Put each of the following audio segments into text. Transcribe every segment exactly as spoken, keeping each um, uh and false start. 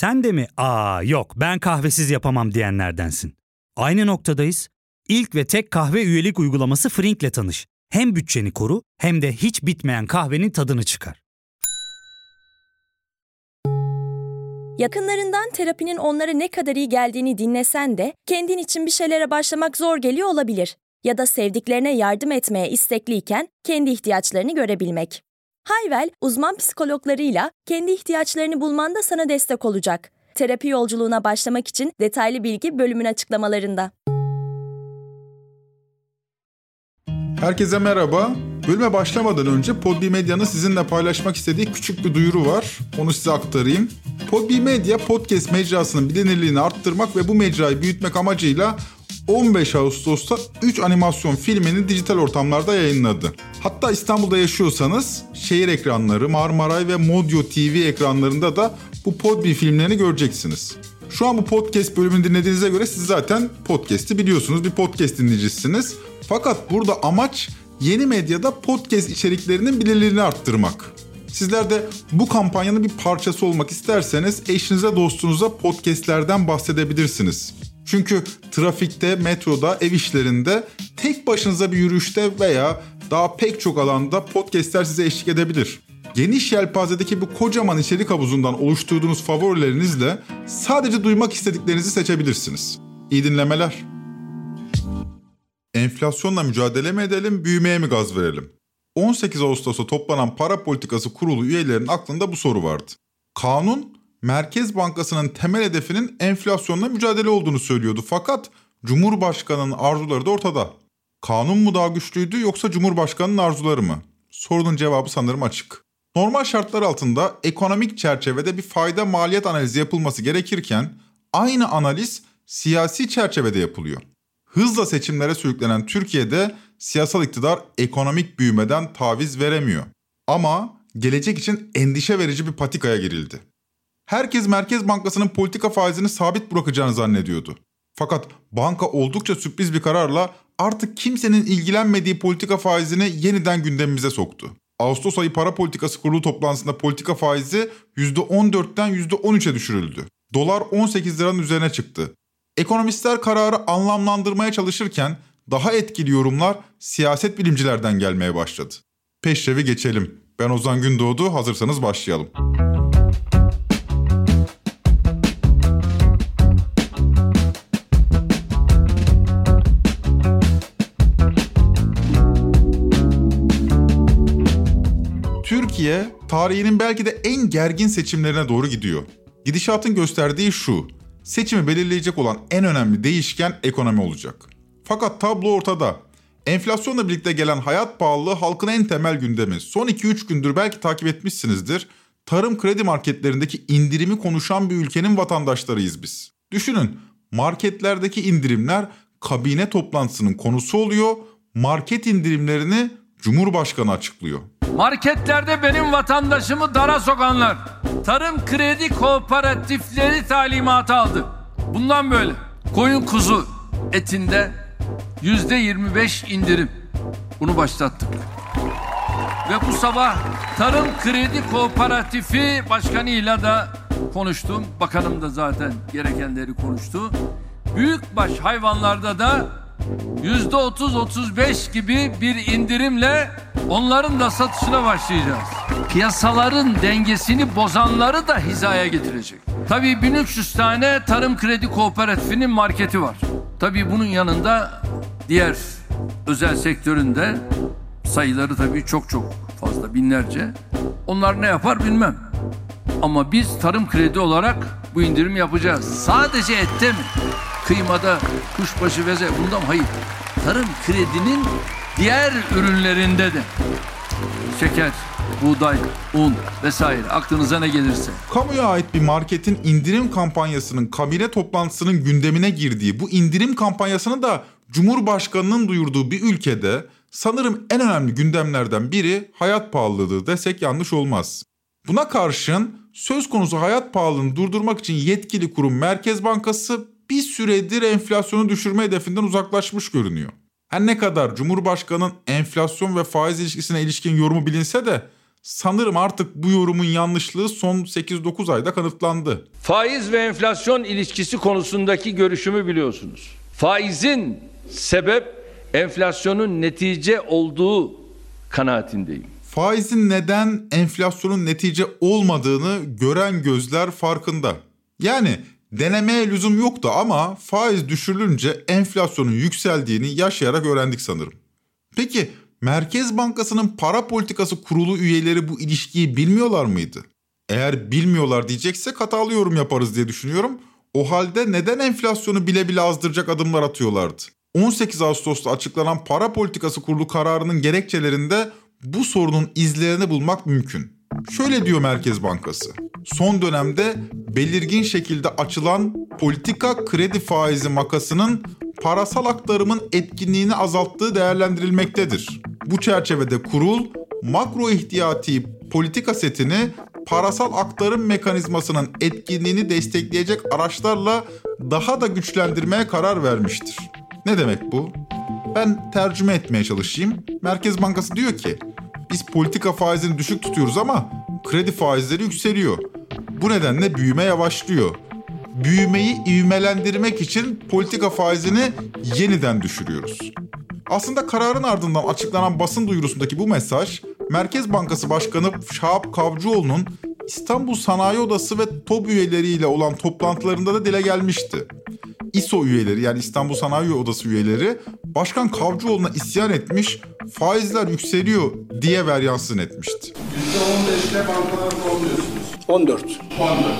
Sen de mi "Aa yok ben kahvesiz yapamam" diyenlerdensin? Aynı noktadayız. İlk ve tek kahve üyelik uygulaması Frink'le tanış. Hem bütçeni koru hem de hiç bitmeyen kahvenin tadını çıkar. Yakınlarından terapinin onlara ne kadar iyi geldiğini dinlesen de kendin için bir şeylere başlamak zor geliyor olabilir. Ya da sevdiklerine yardım etmeye istekliyken kendi ihtiyaçlarını görebilmek. Hayvel, uzman psikologlarıyla kendi ihtiyaçlarını bulmanda sana destek olacak. Terapi yolculuğuna başlamak için detaylı bilgi bölümün açıklamalarında. Herkese merhaba. Bölüme başlamadan önce Podbi Medya'nın sizinle paylaşmak istediği küçük bir duyuru var. Onu size aktarayım. Podbi Medya, podcast mecrasının bilinirliğini arttırmak ve bu mecrayı büyütmek amacıyla on beş Ağustos'ta üç animasyon filmini dijital ortamlarda yayınladı. Hatta İstanbul'da yaşıyorsanız şehir ekranları, Marmaray ve Modyo T V ekranlarında da bu Podbi filmlerini göreceksiniz. Şu an bu podcast bölümünü dinlediğinize göre siz zaten podcast'i biliyorsunuz, bir podcast dinleyicisiniz. Fakat burada amaç yeni medyada podcast içeriklerinin bilinirliğini arttırmak. Sizler de bu kampanyanın bir parçası olmak isterseniz eşinize, dostunuza podcastlerden bahsedebilirsiniz. Çünkü trafikte, metroda, ev işlerinde, tek başınıza bir yürüyüşte veya daha pek çok alanda podcastler size eşlik edebilir. Geniş yelpazedeki bu kocaman içerik havuzundan oluşturduğunuz favorilerinizle sadece duymak istediklerinizi seçebilirsiniz. İyi dinlemeler. Enflasyonla mücadele mi edelim, büyümeye mi gaz verelim? on sekiz Ağustos'ta toplanan Para Politikası Kurulu üyelerinin aklında bu soru vardı. Kanun, Merkez Bankası'nın temel hedefinin enflasyonla mücadele olduğunu söylüyordu. Fakat Cumhurbaşkanı'nın arzuları da ortada. Kanun mu daha güçlüydü yoksa Cumhurbaşkanı'nın arzuları mı? Sorunun cevabı sanırım açık. Normal şartlar altında ekonomik çerçevede bir fayda maliyet analizi yapılması gerekirken aynı analiz siyasi çerçevede yapılıyor. Hızla seçimlere sürüklenen Türkiye'de siyasal iktidar ekonomik büyümeden taviz veremiyor. Ama gelecek için endişe verici bir patikaya girildi. Herkes Merkez Bankası'nın politika faizini sabit bırakacağını zannediyordu. Fakat banka oldukça sürpriz bir kararla artık kimsenin ilgilenmediği politika faizini yeniden gündemimize soktu. Ağustos ayı Para Politikası Kurulu toplantısında politika faizi yüzde on dörtten yüzde on üçe düşürüldü. Dolar on sekiz liranın üzerine çıktı. Ekonomistler kararı anlamlandırmaya çalışırken daha etkili yorumlar siyaset bilimcilerden gelmeye başladı. Peşrevi geçelim. Ben Ozan Gündoğdu, hazırsanız başlayalım. Türkiye, tarihinin belki de en gergin seçimlerine doğru gidiyor. Gidişatın gösterdiği şu: seçimi belirleyecek olan en önemli değişken ekonomi olacak. Fakat tablo ortada. Enflasyonla birlikte gelen hayat pahalılığı halkın en temel gündemi. Son iki üç gündür belki takip etmişsinizdir. Tarım kredi marketlerindeki indirimi konuşan bir ülkenin vatandaşlarıyız biz. Düşünün, marketlerdeki indirimler kabine toplantısının konusu oluyor. Market indirimlerini Cumhurbaşkanı açıklıyor. Marketlerde benim vatandaşımı dara sokanlar tarım kredi kooperatifleri talimatı aldı. Bundan böyle koyun kuzu etinde yüzde yirmi beş indirim. Bunu başlattık. Ve bu sabah Tarım Kredi Kooperatifi Başkanı'yla da konuştum. Bakanım da zaten gerekenleri konuştu. Büyükbaş hayvanlarda da yüzde otuz otuz beş gibi bir indirimle onların da satışına başlayacağız. Piyasaların dengesini bozanları da hizaya getirecek. Tabii bin üç yüz tane Tarım Kredi Kooperatifinin marketi var. Tabii bunun yanında diğer özel sektöründe sayıları tabii çok çok fazla, binlerce. Onlar ne yapar bilmem. Ama biz Tarım Kredi olarak bu indirim yapacağız. Sadece ette mi? Kıymada, kuşbaşı, beze, bundan hayır. Tarım Kredi'nin diğer ürünlerinde de şeker, buğday, un vesaire, aklınıza ne gelirse. Kamuya ait bir marketin indirim kampanyasının kabine toplantısının gündemine girdiği, bu indirim kampanyasını da Cumhurbaşkanı'nın duyurduğu bir ülkede sanırım en önemli gündemlerden biri hayat pahalılığı desek yanlış olmaz. Buna karşın söz konusu hayat pahalılığını durdurmak için yetkili kurum Merkez Bankası bir süredir enflasyonu düşürme hedefinden uzaklaşmış görünüyor. Her ne kadar Cumhurbaşkanı'nın enflasyon ve faiz ilişkisine ilişkin yorumu bilinse de Sanırım artık bu yorumun yanlışlığı son sekiz dokuz ayda kanıtlandı. Faiz ve enflasyon ilişkisi konusundaki görüşümü biliyorsunuz. Faizin sebep, enflasyonun netice olduğu kanaatindeyim. Faizin neden enflasyonun netice olmadığını gören gözler farkında. Yani denemeye lüzum yoktu ama faiz düşürülünce enflasyonun yükseldiğini yaşayarak öğrendik sanırım. Peki Merkez Bankası'nın para politikası kurulu üyeleri bu ilişkiyi bilmiyorlar mıydı? Eğer bilmiyorlar diyeceksek hatalı yorum yaparız diye düşünüyorum. O halde neden enflasyonu bile bile azdıracak adımlar atıyorlardı? on sekiz Ağustos'ta açıklanan para politikası kurulu kararının gerekçelerinde bu sorunun izlerini bulmak mümkün. Şöyle diyor Merkez Bankası: son dönemde belirgin şekilde açılan politika kredi faizi makasının parasal aktarımın etkinliğini azalttığı değerlendirilmektedir. Bu çerçevede kurul, makro ihtiyati politika setini parasal aktarım mekanizmasının etkinliğini destekleyecek araçlarla daha da güçlendirmeye karar vermiştir. Ne demek bu? Ben tercüme etmeye çalışayım. Merkez Bankası diyor ki, biz politika faizini düşük tutuyoruz ama kredi faizleri yükseliyor. Bu nedenle büyüme yavaşlıyor. Büyümeyi ivmelendirmek için politika faizini yeniden düşürüyoruz. Aslında kararın ardından açıklanan basın duyurusundaki bu mesaj, Merkez Bankası Başkanı Şahap Kavcıoğlu'nun İstanbul Sanayi Odası ve TOB üyeleriyle olan toplantılarında da dile gelmişti. İSO üyeleri, yani İstanbul Sanayi Odası üyeleri Başkan Kavcıoğlu'na isyan etmiş, faizler yükseliyor diye veryansın etmişti. yüzde on beşle bankalarda oluyorsunuz. on dört. on dört.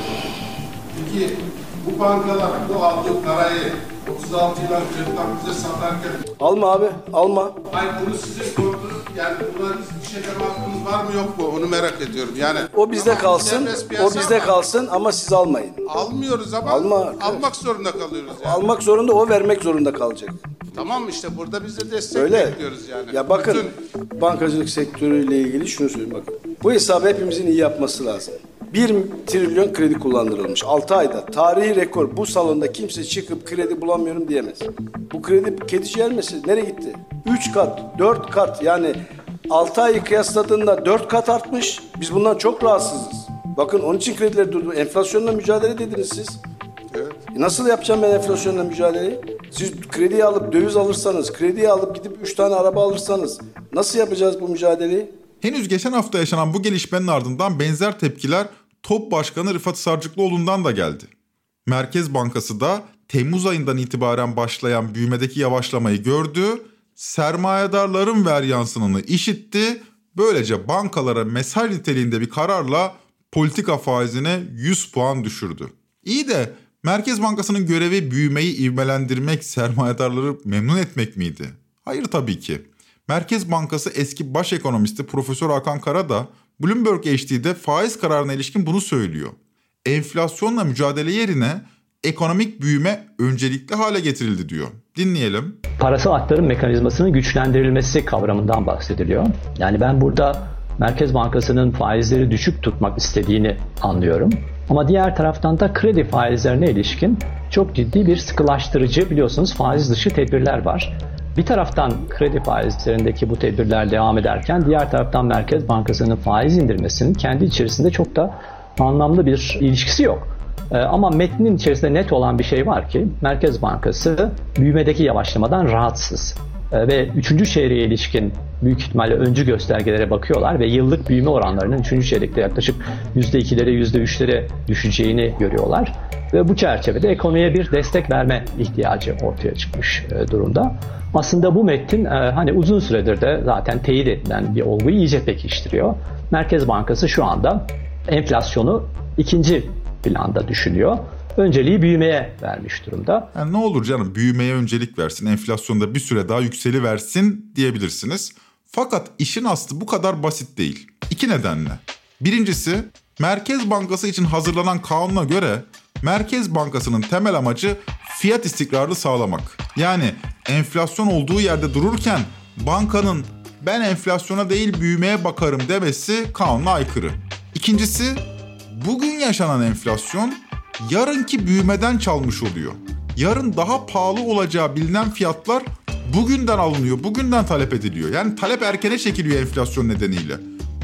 Peki bu bankalar bu aldığı parayı otuz altı yıldan kırktan bize satarken... Alma abi, alma. Hayır, bunu size sordunuz. Yani buna bir şey deme hakkınız var mı yok mu? Onu merak ediyorum. Yani O bizde kalsın, o bizde ama kalsın ama siz almayın. almıyoruz ama Alma. almak zorunda kalıyoruz yani. Almak zorunda, o vermek zorunda kalacak. Tamam, işte burada biz de destek Öyle. bekliyoruz yani. Ya bakın, Bütün... bankacılık sektörüyle ilgili şunu söyleyeyim bakın. Bu hesabı hepimizin iyi yapması lazım. bir trilyon kredi kullandırılmış altı ayda. Tarihi rekor. Bu salonda kimse çıkıp kredi bulamıyorum diyemez. Bu kredi kedi ciğer meselesi. Nereye gitti? üç kat, dört kat, yani altı ayı kıyasladığında dört kat artmış. Biz bundan çok rahatsızız. Bakın onun için kredileri durdu. Enflasyonla mücadele dediniz siz. Evet. E nasıl yapacağım ben enflasyonla mücadeleyi? Siz krediyi alıp döviz alırsanız, krediyi alıp gidip üç tane araba alırsanız nasıl yapacağız bu mücadeleyi? Henüz geçen hafta yaşanan bu gelişmenin ardından benzer tepkiler TOB Başkanı Rıfat Sarcıklıoğlu'ndan da geldi. Merkez Bankası da Temmuz ayından itibaren başlayan büyümedeki yavaşlamayı gördü, sermayedarların veryansını işitti, böylece bankalara mesaj niteliğinde bir kararla politika faizine yüz puan düşürdü. İyi de Merkez Bankası'nın görevi büyümeyi ivmelendirmek, sermayedarları memnun etmek miydi? Hayır tabii ki. Merkez Bankası eski baş ekonomisti Profesör Hakan Kara da Bloomberg H D'de faiz kararına ilişkin bunu söylüyor. Enflasyonla mücadele yerine ekonomik büyüme öncelikli hale getirildi diyor. Dinleyelim. Parasal aktarım mekanizmasının güçlendirilmesi kavramından bahsediliyor. Yani ben burada Merkez Bankası'nın faizleri düşük tutmak istediğini anlıyorum. Ama diğer taraftan da kredi faizlerine ilişkin çok ciddi bir sıkılaştırıcı, biliyorsunuz, faiz dışı tedbirler var. Bir taraftan kredi faizlerindeki bu tedbirler devam ederken diğer taraftan Merkez Bankası'nın faiz indirmesinin kendi içerisinde çok da anlamlı bir ilişkisi yok. Ee, ama metnin içerisinde net olan bir şey var ki Merkez Bankası büyümedeki yavaşlamadan rahatsız. Ee, ve üçüncü çeyreğe ilişkin büyük ihtimalle öncü göstergelere bakıyorlar ve yıllık büyüme oranlarının üçüncü çeyrekte yaklaşık yüzde ikilere yüzde üçlere düşeceğini görüyorlar. Ve bu çerçevede ekonomiye bir destek verme ihtiyacı ortaya çıkmış e, durumda. Aslında bu metin e, hani uzun süredir de zaten teyit edilen bir olguyu iyice pekiştiriyor. Merkez Bankası şu anda enflasyonu ikinci planda düşünüyor. Önceliği büyümeye vermiş durumda. Yani ne olur canım, büyümeye öncelik versin, enflasyonda bir süre daha yükseliversin diyebilirsiniz. Fakat işin aslı bu kadar basit değil. İki nedenle. Birincisi, Merkez Bankası için hazırlanan kanuna göre Merkez Bankası'nın temel amacı fiyat istikrarını sağlamak. Yani enflasyon olduğu yerde dururken bankanın ben enflasyona değil büyümeye bakarım demesi kanuna aykırı. İkincisi, bugün yaşanan enflasyon yarınki büyümeden çalmış oluyor. Yarın daha pahalı olacağı bilinen fiyatlar bugünden alınıyor, bugünden talep ediliyor. Yani talep erkene çekiliyor enflasyon nedeniyle.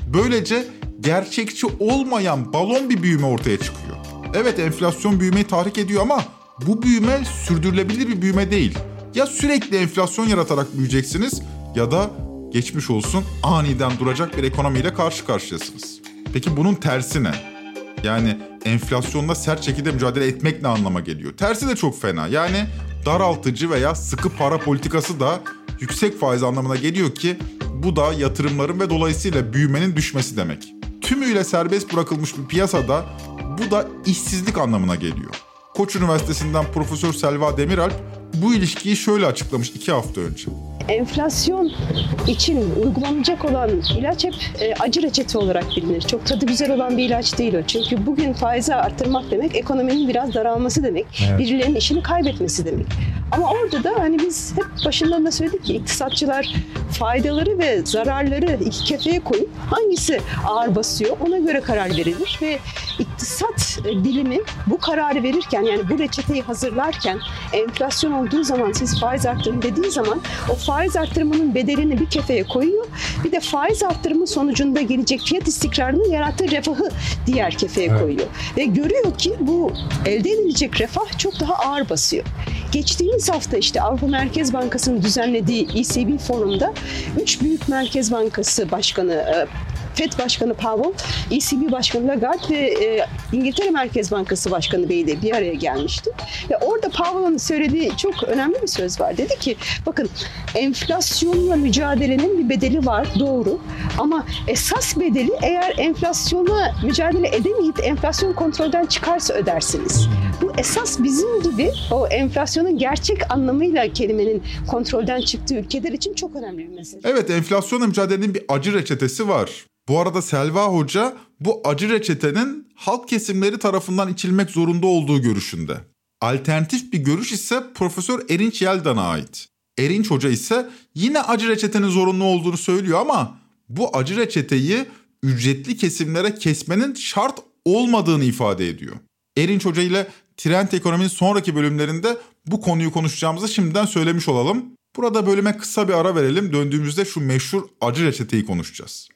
Böylece gerçekçi olmayan balon bir büyüme ortaya çıkıyor. Evet, enflasyon büyümeyi tahrik ediyor ama bu büyüme sürdürülebilir bir büyüme değil. Ya sürekli enflasyon yaratarak büyüyeceksiniz ya da geçmiş olsun aniden duracak bir ekonomiyle karşı karşıyasınız. Peki bunun tersi ne? Yani enflasyonla sert şekilde mücadele etmek ne anlama geliyor? Tersi de çok fena. Yani daraltıcı veya sıkı para politikası da yüksek faiz anlamına geliyor ki bu da yatırımların ve dolayısıyla büyümenin düşmesi demek. Tümüyle serbest bırakılmış bir piyasada bu da işsizlik anlamına geliyor. Koç Üniversitesi'nden Profesör Selva Demiralp bu ilişkiyi şöyle açıklamış iki hafta önce. Enflasyon için uygulanacak olan ilaç hep e, acı reçete olarak bilinir. Çok tadı güzel olan bir ilaç değil o. Çünkü bugün faizi arttırmak demek ekonominin biraz daralması demek. Evet. Birilerinin işini kaybetmesi demek. Ama orada da hani biz hep başından da söyledik ki iktisatçılar faydaları ve zararları iki kefeye koyup hangisi ağır basıyor ona göre karar verilir ve iktisat bilimi bu kararı verirken yani bu reçeteyi hazırlarken enflasyon olduğu zaman siz faiz arttırın dediği zaman o faiz arttırımının bedelini bir kefeye koyuyor. Bir de faiz arttırımı sonucunda gelecek fiyat istikrarını yarattığı refahı diğer kefeye evet. koyuyor. Ve görüyor ki bu elde edilecek refah çok daha ağır basıyor. Geçtiğimiz hafta işte Avrupa Merkez Bankası'nın düzenlediği E C B forumda üç büyük Merkez Bankası Başkanı, Fed Başkanı Powell, E C B Başkanı Lagarde ve e, İngiltere Merkez Bankası Başkanı Bey de bir araya gelmişti. Ve orada Powell'ın söylediği çok önemli bir söz var. Dedi ki bakın enflasyonla mücadelenin bir bedeli var doğru ama esas bedeli eğer enflasyona mücadele edemeyip enflasyon kontrolden çıkarsa ödersiniz. Bu esas bizim gibi o enflasyonun gerçek anlamıyla kelimenin kontrolden çıktığı ülkeler için çok önemli bir mesele. Evet, enflasyonla mücadelenin bir acı reçetesi var. Bu arada Selva Hoca bu acı reçetenin halk kesimleri tarafından içilmek zorunda olduğu görüşünde. Alternatif bir görüş ise Profesör Erinç Yeldan'a ait. Erinç Hoca ise yine acı reçetenin zorunlu olduğunu söylüyor ama bu acı reçeteyi ücretli kesimlere kesmenin şart olmadığını ifade ediyor. Erinç Hoca ile Trend Ekonomi'nin sonraki bölümlerinde bu konuyu konuşacağımızı şimdiden söylemiş olalım. Burada bölüme kısa bir ara verelim. Döndüğümüzde şu meşhur acı reçeteyi konuşacağız.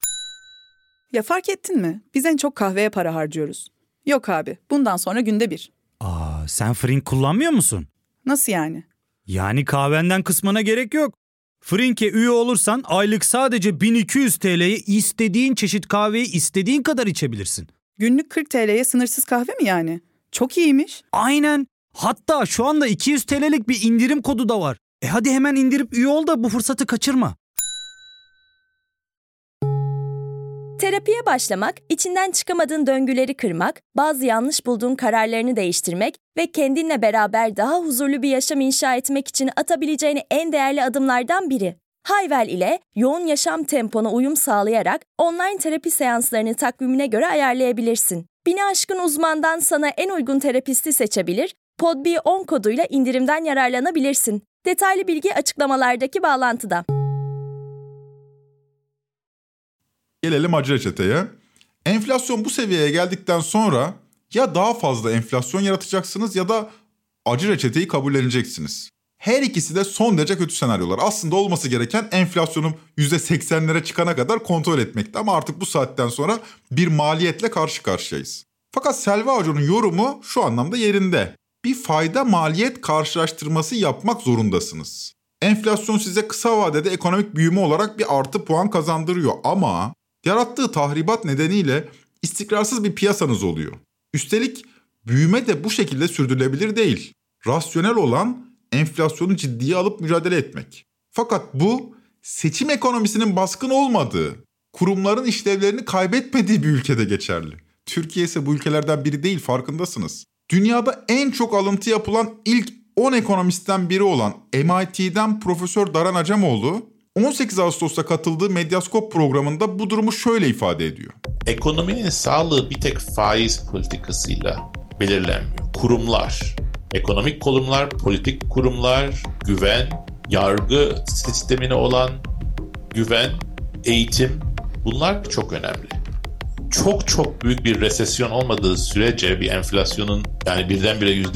Ya fark ettin mi? Biz en çok kahveye para harcıyoruz. Yok abi, bundan sonra günde bir. Aa, sen Frink kullanmıyor musun? Nasıl yani? Yani kahvenden kısmına gerek yok. Frink'e üye olursan aylık sadece bin iki yüz TL'ye istediğin çeşit kahveyi istediğin kadar içebilirsin. Günlük kırk TL'ye sınırsız kahve mi yani? Çok iyiymiş. Aynen. Hatta şu anda iki yüz TL'lik bir indirim kodu da var. E hadi hemen indirip üye ol da bu fırsatı kaçırma. Terapiye başlamak, içinden çıkamadığın döngüleri kırmak, bazı yanlış bulduğun kararlarını değiştirmek ve kendinle beraber daha huzurlu bir yaşam inşa etmek için atabileceğin en değerli adımlardan biri. Hayvel ile yoğun yaşam tempona uyum sağlayarak online terapi seanslarını takvimine göre ayarlayabilirsin. Bini aşkın uzmandan sana en uygun terapisti seçebilir, Podbi on koduyla indirimden yararlanabilirsin. Detaylı bilgi açıklamalardaki bağlantıda. Gelelim acı reçeteye. Enflasyon bu seviyeye geldikten sonra ya daha fazla enflasyon yaratacaksınız ya da acı reçeteyi kabulleneceksiniz. Her ikisi de son derece kötü senaryolar. Aslında olması gereken enflasyonun yüzde seksenlere çıkana kadar kontrol etmekti. Ama artık bu saatten sonra bir maliyetle karşı karşıyayız. Fakat Selva Hoca'nın yorumu şu anlamda yerinde. Bir fayda maliyet karşılaştırması yapmak zorundasınız. Enflasyon size kısa vadede ekonomik büyüme olarak bir artı puan kazandırıyor ama yarattığı tahribat nedeniyle istikrarsız bir piyasanız oluyor. Üstelik büyüme de bu şekilde sürdürülebilir değil. Rasyonel olan enflasyonu ciddiye alıp mücadele etmek. Fakat bu seçim ekonomisinin baskın olmadığı, kurumların işlevlerini kaybetmediği bir ülkede geçerli. Türkiye ise bu ülkelerden biri değil, farkındasınız. Dünyada en çok alıntı yapılan ilk on ekonomistten biri olan M I T'den Profesör Daran Acemoğlu on sekiz Ağustos'ta katıldığı Medyaskop programında bu durumu şöyle ifade ediyor. Ekonominin sağlığı bir tek faiz politikasıyla belirlenmiyor. Kurumlar, ekonomik kurumlar, politik kurumlar, güven, yargı sistemine olan güven, eğitim, bunlar çok önemli. Çok çok büyük bir resesyon olmadığı sürece bir enflasyonun yani birdenbire yüzde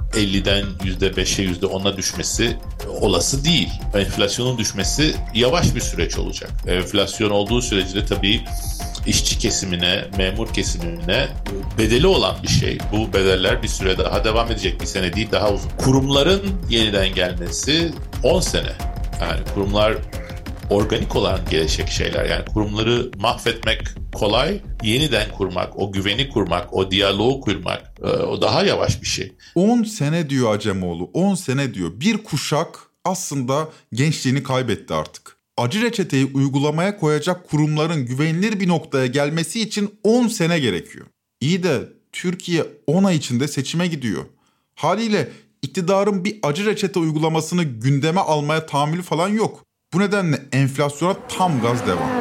elliden yüzde beşe yüzde ona düşmesi olası değil. Enflasyonun düşmesi yavaş bir süreç olacak. Enflasyon olduğu sürece de tabii işçi kesimine, memur kesimine bedeli olan bir şey. Bu bedeller bir süre daha devam edecek. Bir sene değil, daha uzun. Kurumların yeniden gelmesi on sene. Yani kurumlar organik olan gelecek şeyler. Yani kurumları mahvetmek kolay, yeniden kurmak, o güveni kurmak, o diyaloğu kurmak o daha yavaş bir şey. on sene diyor Acemoğlu, on sene diyor. Bir kuşak aslında gençliğini kaybetti artık. Acı reçeteyi uygulamaya koyacak kurumların güvenilir bir noktaya gelmesi için on sene gerekiyor. İyi de Türkiye on ay içinde seçime gidiyor. Haliyle iktidarın bir acı reçete uygulamasını gündeme almaya tahammülü falan yok. Bu nedenle enflasyona tam gaz devam.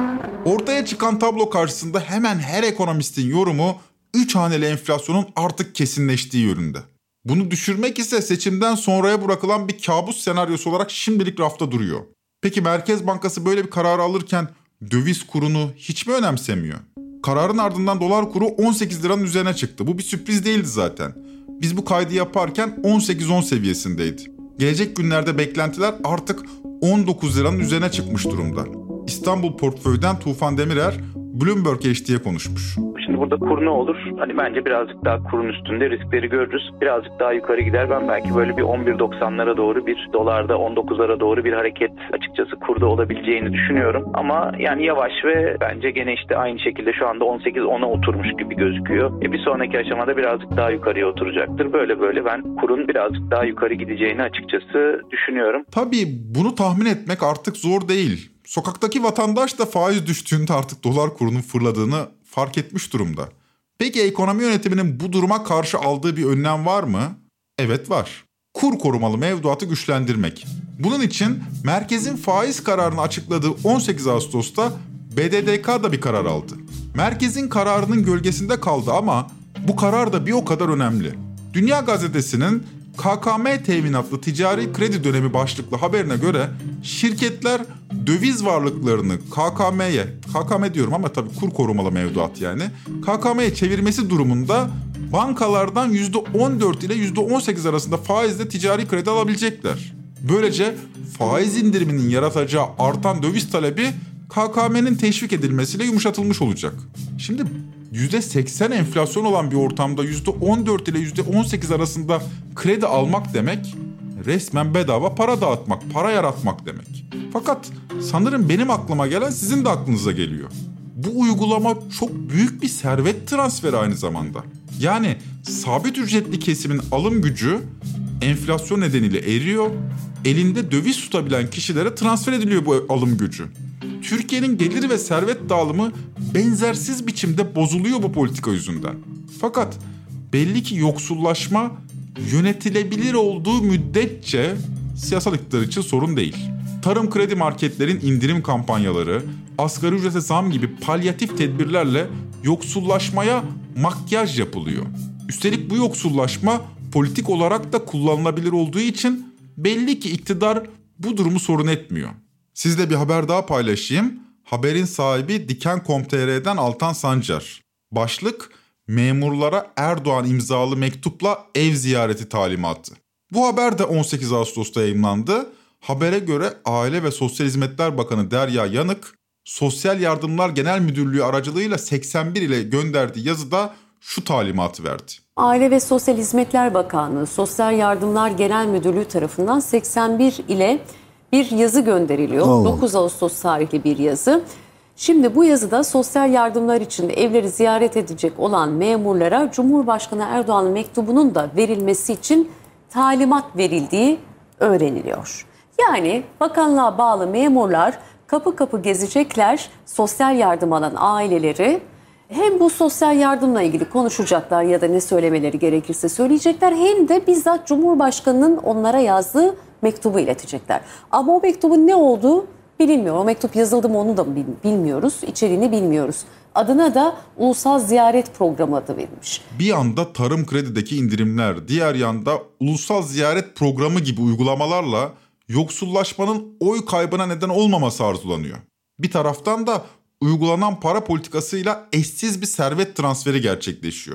Ortaya çıkan tablo karşısında hemen her ekonomistin yorumu üç haneli enflasyonun artık kesinleştiği yönünde. Bunu düşürmek ise seçimden sonraya bırakılan bir kabus senaryosu olarak şimdilik rafta duruyor. Peki Merkez Bankası böyle bir karar alırken döviz kurunu hiç mi önemsemiyor? Kararın ardından dolar kuru on sekiz liranın üzerine çıktı. Bu bir sürpriz değildi zaten. Biz bu kaydı yaparken on sekiz on seviyesindeydi. Gelecek günlerde beklentiler artık on dokuz liranın üzerine çıkmış durumda. İstanbul Portföy'den Tufan Demirer, Bloomberg H D'ye konuşmuş. Şimdi burada kur ne olur? Hani bence birazcık daha kurun üstünde riskleri görürüz. Birazcık daha yukarı gider. Ben belki böyle bir on bir doksanlara doğru bir dolarda on dokuzlara doğru bir hareket açıkçası kurda olabileceğini düşünüyorum. Ama yani yavaş ve bence gene işte aynı şekilde şu anda on sekiz ona oturmuş gibi gözüküyor. E bir sonraki aşamada birazcık daha yukarıya oturacaktır. Böyle böyle ben kurun birazcık daha yukarı gideceğini açıkçası düşünüyorum. Tabii bunu tahmin etmek artık zor değil. Sokaktaki vatandaş da faiz düştüğünde artık dolar kurunun fırladığını fark etmiş durumda. Peki ekonomi yönetiminin bu duruma karşı aldığı bir önlem var mı? Evet var. Kur korumalı mevduatı güçlendirmek. Bunun için merkezin faiz kararını açıkladığı on sekiz Ağustos'ta B D D K da bir karar aldı. Merkezin kararının gölgesinde kaldı ama bu karar da bir o kadar önemli. Dünya Gazetesi'nin K K M teminatlı ticari kredi dönemi başlıklı haberine göre şirketler döviz varlıklarını K K M'ye, K K M diyorum ama tabii kur korumalı mevduat yani, K K M'ye çevirmesi durumunda bankalardan yüzde on dört ile yüzde on sekiz arasında faizle ticari kredi alabilecekler. Böylece faiz indiriminin yaratacağı artan döviz talebi K K M'nin teşvik edilmesiyle yumuşatılmış olacak. Şimdi yüzde seksen enflasyon olan bir ortamda yüzde on dört ile yüzde on sekiz arasında kredi almak demek resmen bedava para dağıtmak, para yaratmak demek. Fakat sanırım benim aklıma gelen sizin de aklınıza geliyor. Bu uygulama çok büyük bir servet transferi aynı zamanda. Yani sabit ücretli kesimin alım gücü enflasyon nedeniyle eriyor, elinde döviz tutabilen kişilere transfer ediliyor bu alım gücü. Türkiye'nin gelir ve servet dağılımı benzersiz biçimde bozuluyor bu politika yüzünden. Fakat belli ki yoksullaşma yönetilebilir olduğu müddetçe siyasal iktidar için sorun değil. Tarım kredi marketlerin indirim kampanyaları, asgari ücrete zam gibi palyatif tedbirlerle yoksullaşmaya makyaj yapılıyor. Üstelik bu yoksullaşma politik olarak da kullanılabilir olduğu için belli ki iktidar bu durumu sorun etmiyor. Sizle bir haber daha paylaşayım. Haberin sahibi Diken nokta com nokta t r'den Altan Sancar. Başlık: memurlara Erdoğan imzalı mektupla ev ziyareti talimatı. Bu haber de on sekiz Ağustos'ta yayımlandı. Habere göre Aile ve Sosyal Hizmetler Bakanı Derya Yanık, Sosyal Yardımlar Genel Müdürlüğü aracılığıyla seksen bir ile gönderdiği yazıda şu talimatı verdi. Aile ve Sosyal Hizmetler Bakanlığı, Sosyal Yardımlar Genel Müdürlüğü tarafından seksen bir ile bir yazı gönderiliyor. Allah. dokuz Ağustos tarihli bir yazı. Şimdi bu yazıda sosyal yardımlar için evleri ziyaret edecek olan memurlara Cumhurbaşkanı Erdoğan'ın mektubunun da verilmesi için talimat verildiği öğreniliyor. Yani bakanlığa bağlı memurlar kapı kapı gezecekler, sosyal yardım alan aileleri. Hem bu sosyal yardımla ilgili konuşacaklar ya da ne söylemeleri gerekirse söyleyecekler, hem de bizzat Cumhurbaşkanı'nın onlara yazdığı mektubu iletecekler. Ama o mektubun ne olduğu bilinmiyor. O mektup yazıldı mı onu da bilmiyoruz. İçeriğini bilmiyoruz. Adına da Ulusal Ziyaret Programı adı verilmiş. Bir yanda tarım kredideki indirimler, diğer yanda Ulusal Ziyaret Programı gibi uygulamalarla yoksullaşmanın oy kaybına neden olmaması arzulanıyor. Bir taraftan da uygulanan para politikasıyla eşsiz bir servet transferi gerçekleşiyor.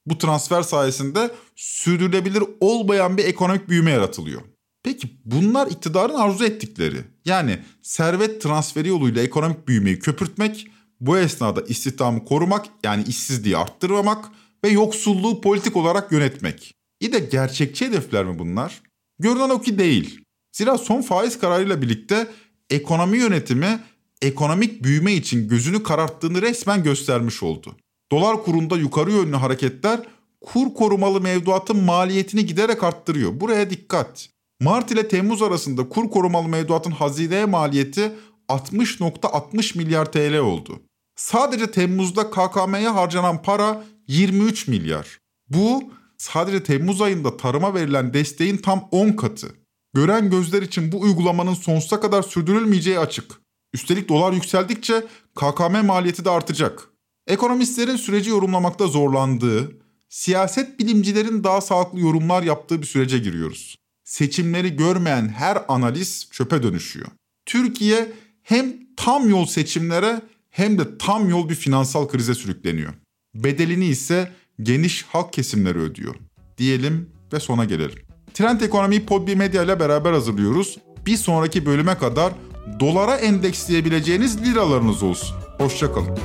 Bu transfer sayesinde sürdürülebilir olmayan bir ekonomik büyüme yaratılıyor. Peki bunlar iktidarın arzu ettikleri, yani servet transferi yoluyla ekonomik büyümeyi köpürtmek, bu esnada istihdamı korumak, yani işsizliği arttırmamak ve yoksulluğu politik olarak yönetmek. İyi de gerçekçi hedefler mi bunlar? Görünen o ki değil. Zira son faiz kararıyla birlikte ekonomi yönetimi ekonomik büyüme için gözünü kararttığını resmen göstermiş oldu. Dolar kurunda yukarı yönlü hareketler kur korumalı mevduatın maliyetini giderek arttırıyor. Buraya dikkat. Mart ile Temmuz arasında kur korumalı mevduatın hazineye maliyeti altmış virgül altmış milyar T L oldu. Sadece Temmuz'da K K M'ye harcanan para yirmi üç milyar. Bu sadece Temmuz ayında tarıma verilen desteğin tam on katı. Gören gözler için bu uygulamanın sonsuza kadar sürdürülmeyeceği açık. Üstelik dolar yükseldikçe K K M maliyeti de artacak. Ekonomistlerin süreci yorumlamakta zorlandığı, siyaset bilimcilerin daha sağlıklı yorumlar yaptığı bir sürece giriyoruz. Seçimleri görmeyen her analiz çöpe dönüşüyor. Türkiye hem tam yol seçimlere hem de tam yol bir finansal krize sürükleniyor. Bedelini ise geniş halk kesimleri ödüyor. Diyelim ve sona gelelim. Trend Ekonomi'yi Podbi Medya ile beraber hazırlıyoruz. Bir sonraki bölüme kadar dolara endeksleyebileceğiniz liralarınız olsun. Hoşça kalın.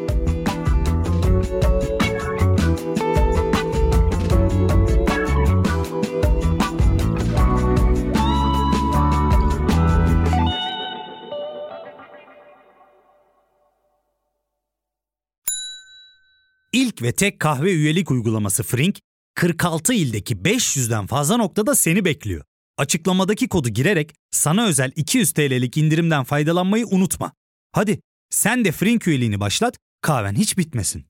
İlk ve tek kahve üyelik uygulaması Frink, kırk altı ildeki beş yüzden fazla noktada seni bekliyor. Açıklamadaki kodu girerek sana özel iki yüz T L'lik indirimden faydalanmayı unutma. Hadi sen de Frink üyeliğini başlat, kahven hiç bitmesin.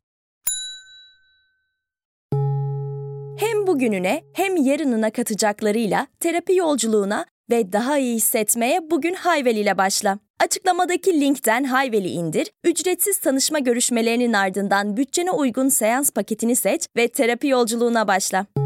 Hem bugününe hem yarınına katacaklarıyla terapi yolculuğuna ve daha iyi hissetmeye bugün Hayvel ile başla. Açıklamadaki linkten Hayvel'i indir, ücretsiz tanışma görüşmelerinin ardından bütçene uygun seans paketini seç ve terapi yolculuğuna başla.